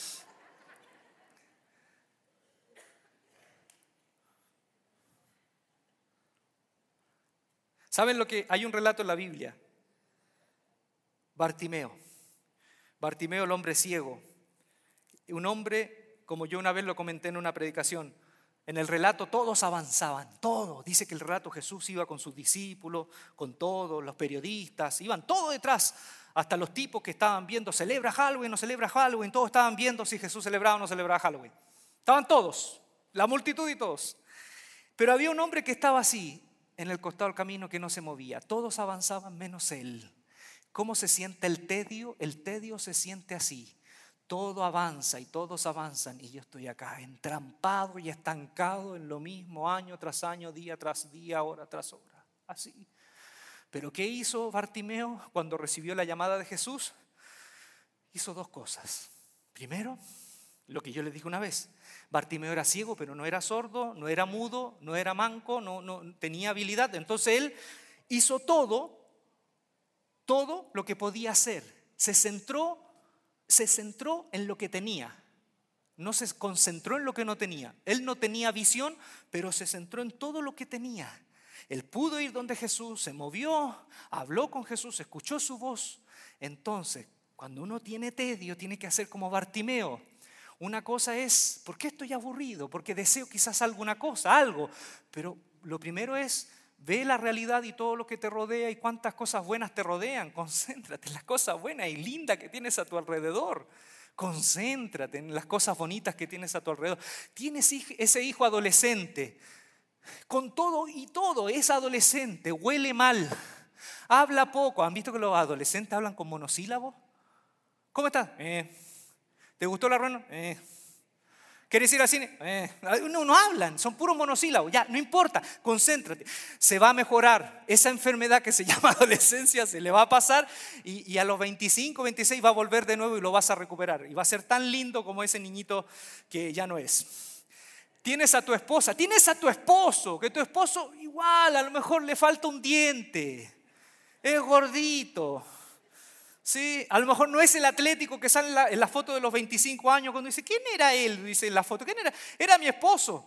¿Saben lo que? Hay un relato en la Biblia. Bartimeo, el hombre ciego. Un hombre, como yo una vez lo comenté en una predicación, en el relato todos avanzaban, todos. Dice que el relato Jesús iba con sus discípulos, con todos, los periodistas, iban todos detrás, hasta los tipos que estaban viendo, ¿celebra Halloween o no celebra Halloween? Todos estaban viendo si Jesús celebraba o no celebraba Halloween. Estaban todos, la multitud y todos. Pero había un hombre que estaba así, en el costado del camino, que no se movía. Todos avanzaban menos él. ¿Cómo se siente el tedio? El tedio se siente así. Todo avanza y todos avanzan y yo estoy acá entrampado y estancado en lo mismo año tras año, día tras día, hora tras hora. Así. Pero ¿qué hizo Bartimeo cuando recibió la llamada de Jesús? Hizo dos cosas. Primero, lo que yo les dije una vez. Bartimeo era ciego, pero no era sordo, no era mudo, no era manco, no tenía habilidad. Entonces él hizo todo lo que podía hacer. Se centró en lo que tenía. No se concentró en lo que no tenía. Él no tenía visión, pero se centró en todo lo que tenía. Él pudo ir donde Jesús, se movió, habló con Jesús, escuchó su voz. Entonces, cuando uno tiene tedio, tiene que hacer como Bartimeo. Una cosa es, ¿por qué estoy aburrido? Porque deseo quizás alguna cosa, algo. Pero lo primero es, ve la realidad y todo lo que te rodea y cuántas cosas buenas te rodean. Concéntrate en las cosas buenas y lindas que tienes a tu alrededor. Concéntrate en las cosas bonitas que tienes a tu alrededor. Tienes ese hijo adolescente, con todo y todo, es adolescente, huele mal, habla poco. ¿Han visto que los adolescentes hablan con monosílabos? ¿Cómo estás? ¿Te gustó la reunión? ¿Quieres ir al cine? No hablan, son puros monosílabos. Ya, no importa, concéntrate. Se va a mejorar. Esa enfermedad que se llama adolescencia se le va a pasar y a los 25, 26 va a volver de nuevo y lo vas a recuperar. Y va a ser tan lindo como ese niñito que ya no es. Tienes a tu esposa, tienes a tu esposo, que tu esposo igual, a lo mejor le falta un diente, es gordito. Sí, a lo mejor no es el atlético que sale en la foto de los 25 años cuando dice, ¿quién era él? Dice en la foto, ¿quién era? Era mi esposo.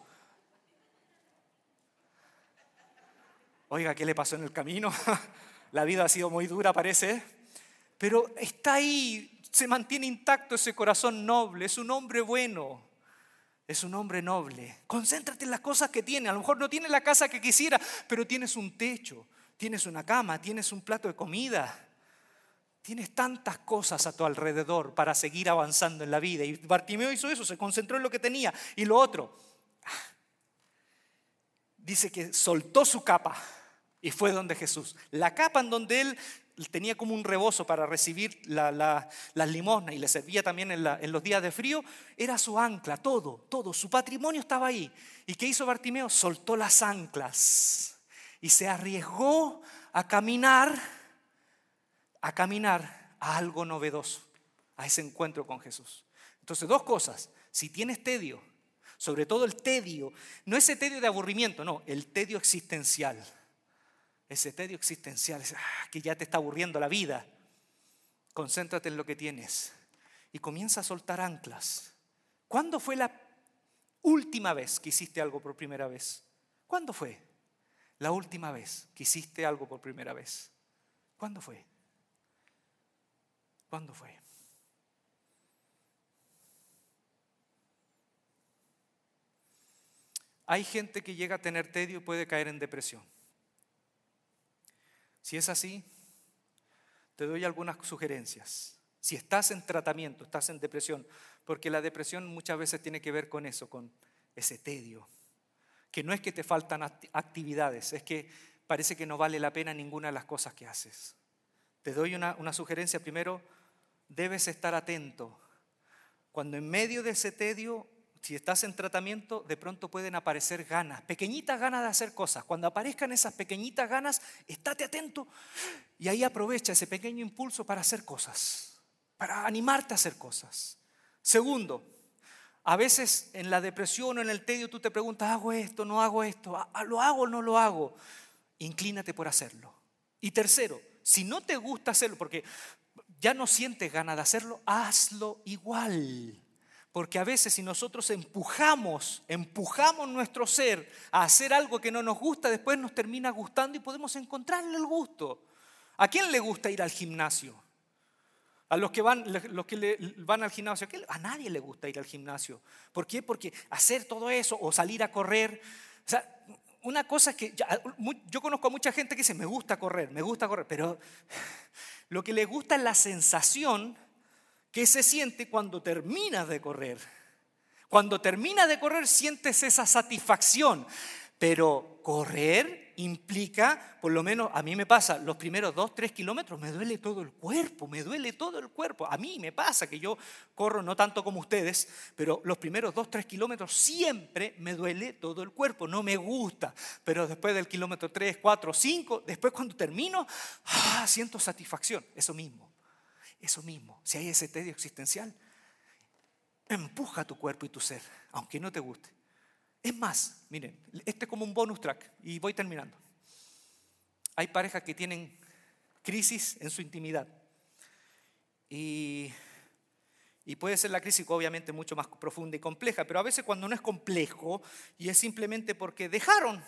Oiga, ¿qué le pasó en el camino? La vida ha sido muy dura, parece. Pero está ahí, se mantiene intacto ese corazón noble, es un hombre bueno. Es un hombre noble. Concéntrate en las cosas que tiene. A lo mejor no tiene la casa que quisiera, pero tienes un techo, tienes una cama, tienes un plato de comida. Tienes tantas cosas a tu alrededor para seguir avanzando en la vida. Y Bartimeo hizo eso, se concentró en lo que tenía. Y lo otro, dice que soltó su capa y fue donde Jesús. La capa en donde él tenía como un rebozo para recibir las limosnas y le servía también en los días de frío, era su ancla, todo, su patrimonio estaba ahí. ¿Y qué hizo Bartimeo? Soltó las anclas y se arriesgó a caminar a algo novedoso, a ese encuentro con Jesús. Entonces, dos cosas. Si tienes tedio, sobre todo el tedio, no ese tedio de aburrimiento, no, el tedio existencial. Ese tedio existencial, que ya te está aburriendo la vida. Concéntrate en lo que tienes y comienza a soltar anclas. ¿Cuándo fue la última vez que hiciste algo por primera vez? ¿Cuándo fue la última vez que hiciste algo por primera vez? ¿Cuándo fue? ¿Cuándo fue? Hay gente que llega a tener tedio y puede caer en depresión. Si es así, te doy algunas sugerencias. Si estás en tratamiento, estás en depresión, porque la depresión muchas veces tiene que ver con eso, con ese tedio. Que no es que te faltan actividades, es que parece que no vale la pena ninguna de las cosas que haces. Te doy una sugerencia. Primero, debes estar atento. Cuando en medio de ese tedio, si estás en tratamiento, de pronto pueden aparecer ganas, pequeñitas ganas de hacer cosas. Cuando aparezcan esas pequeñitas ganas, estate atento y ahí aprovecha ese pequeño impulso para hacer cosas, para animarte a hacer cosas. Segundo, a veces en la depresión o en el tedio tú te preguntas, ¿hago esto, no hago esto? ¿Lo hago o no lo hago? Inclínate por hacerlo. Y tercero, si no te gusta hacerlo, porque ya no sientes ganas de hacerlo, hazlo igual. Porque a veces si nosotros empujamos nuestro ser a hacer algo que no nos gusta, después nos termina gustando y podemos encontrarle el gusto. ¿A quién le gusta ir al gimnasio? A los que van al gimnasio, a nadie le gusta ir al gimnasio. ¿Por qué? Porque hacer todo eso o salir a correr, o sea, una cosa es que yo conozco a mucha gente que dice me gusta correr, pero lo que les gusta es la sensación que se siente cuando terminas de correr. Cuando terminas de correr sientes esa satisfacción, pero correr implica, por lo menos a mí me pasa, los primeros 2-3 kilómetros me duele todo el cuerpo, me duele todo el cuerpo. A mí me pasa que yo corro no tanto como ustedes, pero los primeros 2-3 kilómetros siempre me duele todo el cuerpo, no me gusta. Pero después del kilómetro 3, 4, 5, después cuando termino, siento satisfacción. Eso mismo, si hay ese tedio existencial, empuja tu cuerpo y tu ser, aunque no te guste. Es más, miren, este es como un bonus track y voy terminando. Hay parejas que tienen crisis en su intimidad y puede ser la crisis obviamente mucho más profunda y compleja, pero a veces cuando no es complejo y es simplemente porque dejaron,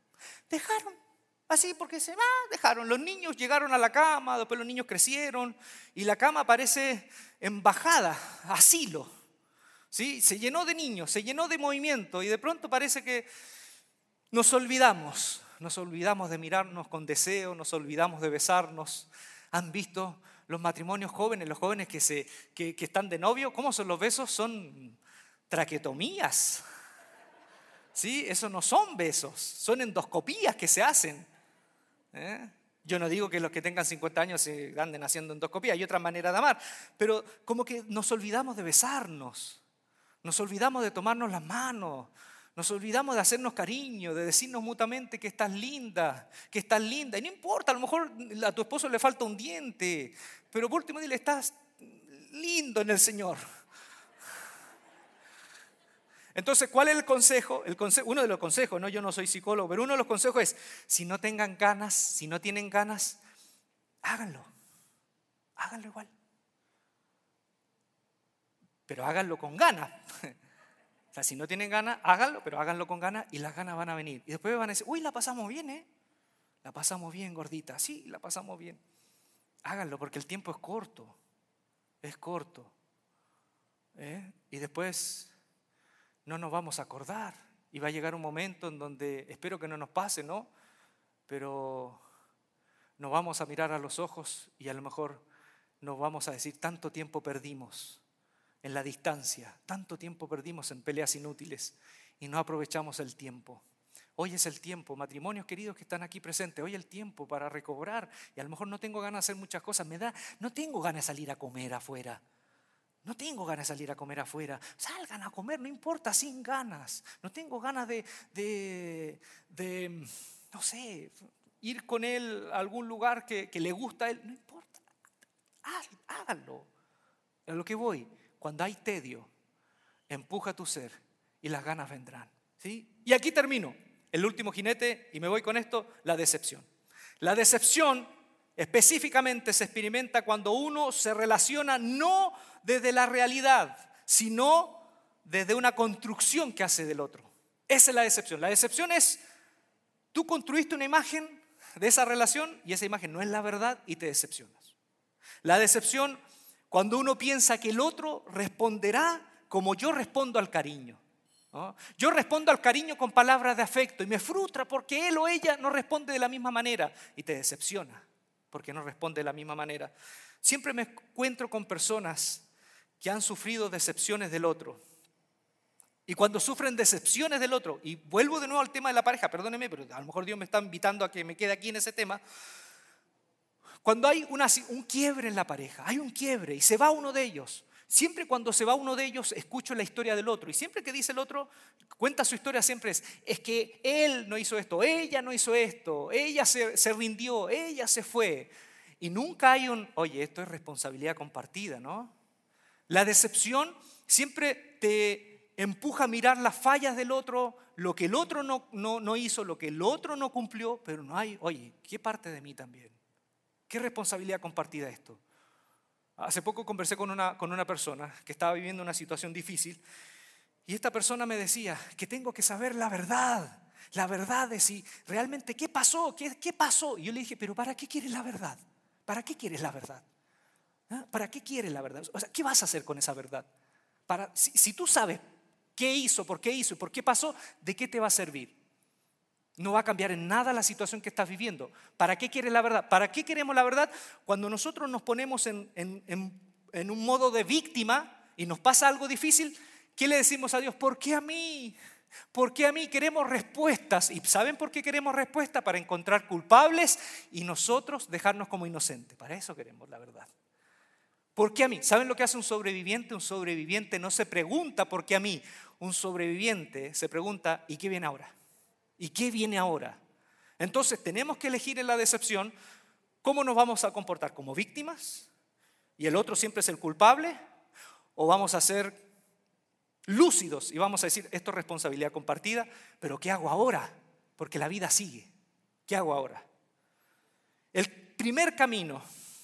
así porque dejaron. Los niños llegaron a la cama, después los niños crecieron y la cama parece embajada, asilo. ¿Sí? Se llenó de niños, se llenó de movimiento y de pronto parece que nos olvidamos de mirarnos con deseo, nos olvidamos de besarnos. ¿Han visto los matrimonios jóvenes, los jóvenes que están de novio? ¿Cómo son los besos? Son traquetomías. ¿Sí? Esos no son besos, son endoscopías que se hacen. Yo no digo que los que tengan 50 años se anden haciendo endoscopía, hay otra manera de amar, pero como que nos olvidamos de besarnos. Nos olvidamos de tomarnos las manos, nos olvidamos de hacernos cariño, de decirnos mutuamente que estás linda, que estás linda. Y no importa, a lo mejor a tu esposo le falta un diente, pero por último dile, estás lindo en el Señor. Entonces, ¿cuál es el consejo? Uno de los consejos, no, yo no soy psicólogo, pero uno de los consejos es, si no tienen ganas, háganlo igual. Pero háganlo con ganas. O sea, si no tienen ganas, háganlo, pero háganlo con ganas y las ganas van a venir. Y después van a decir, uy, la pasamos bien, La pasamos bien, gordita. Sí, la pasamos bien. Háganlo porque el tiempo es corto. Y después no nos vamos a acordar. Y va a llegar un momento en donde, espero que no nos pase, ¿no? Pero nos vamos a mirar a los ojos y a lo mejor nos vamos a decir, tanto tiempo perdimos en la distancia, tanto tiempo perdimos en peleas inútiles y no aprovechamos el tiempo. Hoy es el tiempo, matrimonios queridos que están aquí presentes, hoy es el tiempo para recobrar. Y a lo mejor no tengo ganas de hacer muchas cosas, no tengo ganas de salir a comer afuera. Salgan a comer, no importa, sin ganas. No tengo ganas de no sé, ir con él a algún lugar que le gusta a él. No importa, háganlo. A lo que voy, cuando hay tedio, empuja tu ser y las ganas vendrán. ¿Sí? Y aquí termino, el último jinete, y me voy con esto, la decepción. La decepción específicamente se experimenta cuando uno se relaciona no desde la realidad, sino desde una construcción que hace del otro. Esa es la decepción. La decepción es, tú construiste una imagen de esa relación y esa imagen no es la verdad y te decepcionas. La decepción cuando uno piensa que el otro responderá como yo respondo al cariño, ¿no? Yo respondo al cariño con palabras de afecto y me frustra porque él o ella no responde de la misma manera y te decepciona porque no responde de la misma manera. Siempre me encuentro con personas que han sufrido decepciones del otro. Y cuando sufren decepciones del otro, y vuelvo de nuevo al tema de la pareja, perdóneme, pero a lo mejor Dios me está invitando a que me quede aquí en ese tema. Cuando hay un quiebre en la pareja, hay un quiebre y se va uno de ellos. Siempre cuando se va uno de ellos, escucho la historia del otro. Y siempre que dice el otro, cuenta su historia, siempre es que él no hizo esto, ella no hizo esto, ella se rindió, ella se fue. Y nunca hay oye, esto es responsabilidad compartida, ¿no? La decepción siempre te empuja a mirar las fallas del otro, lo que el otro no hizo, lo que el otro no cumplió, pero no hay, oye, ¿qué parte de mí también? ¿Qué responsabilidad compartida esto? Hace poco conversé con una persona que estaba viviendo una situación difícil y esta persona me decía que tengo que saber la verdad de si realmente qué pasó, qué pasó. Y yo le dije, pero ¿para qué quieres la verdad? ¿Para qué quieres la verdad? ¿Para qué quieres la verdad? O sea, ¿qué vas a hacer con esa verdad? Si tú sabes qué hizo, por qué hizo y por qué pasó, ¿de qué te va a servir? No va a cambiar en nada la situación que estás viviendo. ¿Para qué quieres la verdad? ¿Para qué queremos la verdad? Cuando nosotros nos ponemos en un modo de víctima y nos pasa algo difícil, ¿qué le decimos a Dios? ¿Por qué a mí? ¿Por qué a mí? Queremos respuestas. ¿Y saben por qué queremos respuestas? Para encontrar culpables y nosotros dejarnos como inocentes. Para eso queremos la verdad. ¿Por qué a mí? ¿Saben lo que hace un sobreviviente? Un sobreviviente no se pregunta ¿por qué a mí? Un sobreviviente se pregunta ¿y qué viene ahora? ¿Y qué viene ahora? Entonces tenemos que elegir en la decepción cómo nos vamos a comportar, como víctimas y el otro siempre es el culpable, o vamos a ser lúcidos y vamos a decir esto es responsabilidad compartida, pero ¿qué hago ahora? Porque la vida sigue. ¿Qué hago ahora? El primer camino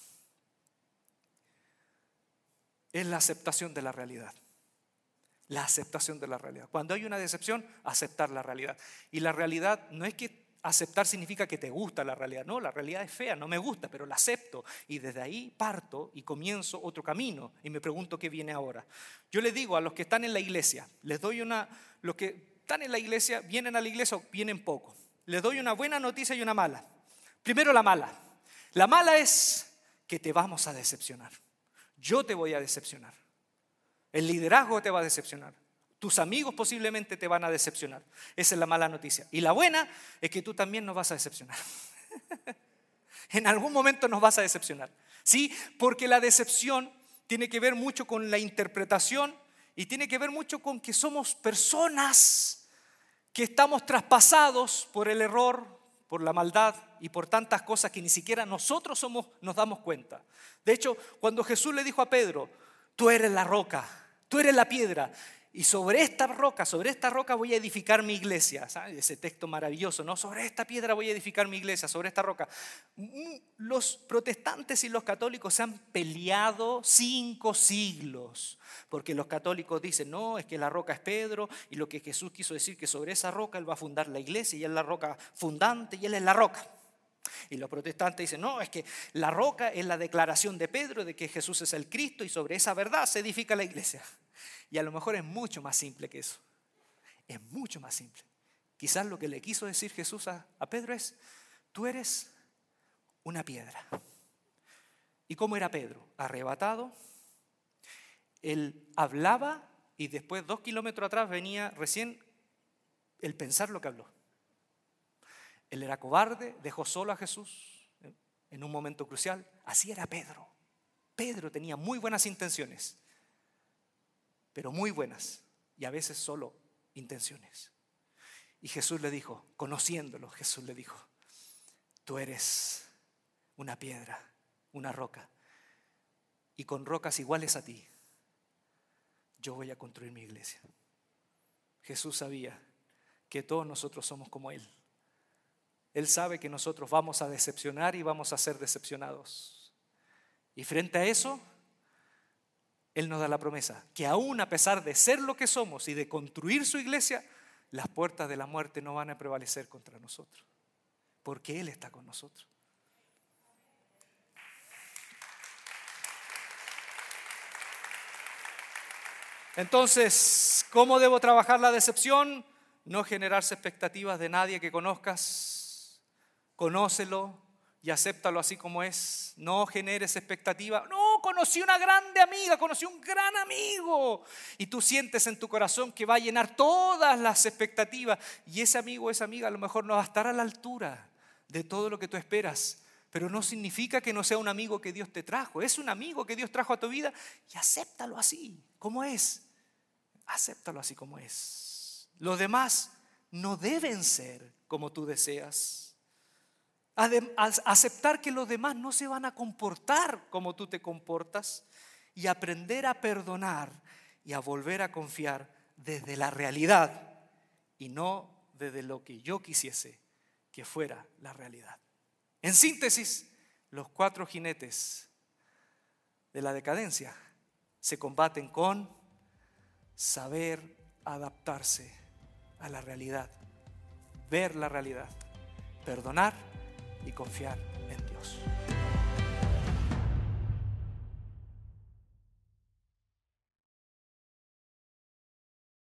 es la aceptación de la realidad. La aceptación de la realidad. Cuando hay una decepción, aceptar la realidad. Y la realidad no es que aceptar significa que te gusta la realidad. No, la realidad es fea, no me gusta, pero la acepto. Y desde ahí parto y comienzo otro camino. Y me pregunto qué viene ahora. Yo les digo a los que están en la iglesia, les doy los que están en la iglesia, vienen a la iglesia o vienen poco. Les doy una buena noticia y una mala. Primero la mala. La mala es que te vamos a decepcionar. Yo te voy a decepcionar. El liderazgo te va a decepcionar. Tus amigos posiblemente te van a decepcionar. Esa es la mala noticia. Y la buena es que tú también nos vas a decepcionar. En algún momento nos vas a decepcionar. ¿Sí? Porque la decepción tiene que ver mucho con la interpretación y tiene que ver mucho con que somos personas que estamos traspasados por el error, por la maldad y por tantas cosas que ni siquiera nosotros nos damos cuenta. De hecho, cuando Jesús le dijo a Pedro, tú eres la roca, tú eres la piedra, y sobre esta roca voy a edificar mi iglesia. ¿Sabes? Ese texto maravilloso, ¿no? Sobre esta piedra voy a edificar mi iglesia, sobre esta roca. Los protestantes y los católicos se han peleado 5 siglos, porque los católicos dicen, no, es que la roca es Pedro, y lo que Jesús quiso decir que sobre esa roca Él va a fundar la iglesia, y Él es la roca fundante, y Él es la roca. Y los protestantes dicen, no, es que la roca es la declaración de Pedro de que Jesús es el Cristo y sobre esa verdad se edifica la iglesia. Y a lo mejor es mucho más simple que eso. Es mucho más simple. Quizás lo que le quiso decir Jesús a Pedro es, tú eres una piedra. ¿Y cómo era Pedro? Arrebatado. Él hablaba y después 2 kilómetros atrás venía recién el pensar lo que habló. Él era cobarde, dejó solo a Jesús en un momento crucial. Así era Pedro. Pedro tenía muy buenas intenciones, pero muy buenas, y a veces solo intenciones. Y Jesús le dijo, conociéndolo, Jesús le dijo, tú eres una piedra, una roca, y con rocas iguales a ti, yo voy a construir mi iglesia. Jesús sabía que todos nosotros somos como Él. Él sabe que nosotros vamos a decepcionar y vamos a ser decepcionados. Y frente a eso, Él nos da la promesa que aún a pesar de ser lo que somos y de construir su iglesia, las puertas de la muerte no van a prevalecer contra nosotros, porque Él está con nosotros. Entonces, ¿cómo debo trabajar la decepción? No generarse expectativas de nadie que conozcas. Conócelo y acéptalo así como es. No generes expectativa. No, conocí una grande amiga, conocí un gran amigo. Y tú sientes en tu corazón que va a llenar todas las expectativas. Y ese amigo o esa amiga a lo mejor no va a estar a la altura de todo lo que tú esperas. Pero no significa que no sea un amigo que Dios te trajo. Es un amigo que Dios trajo a tu vida y acéptalo así como es. Acéptalo así como es. Los demás no deben ser como tú deseas. Aceptar que los demás no se van a comportar como tú te comportas y aprender a perdonar y a volver a confiar desde la realidad y no desde lo que yo quisiese que fuera la realidad. En síntesis, los 4 jinetes de la decadencia se combaten con saber adaptarse a la realidad, ver la realidad, perdonar y confiar en Dios.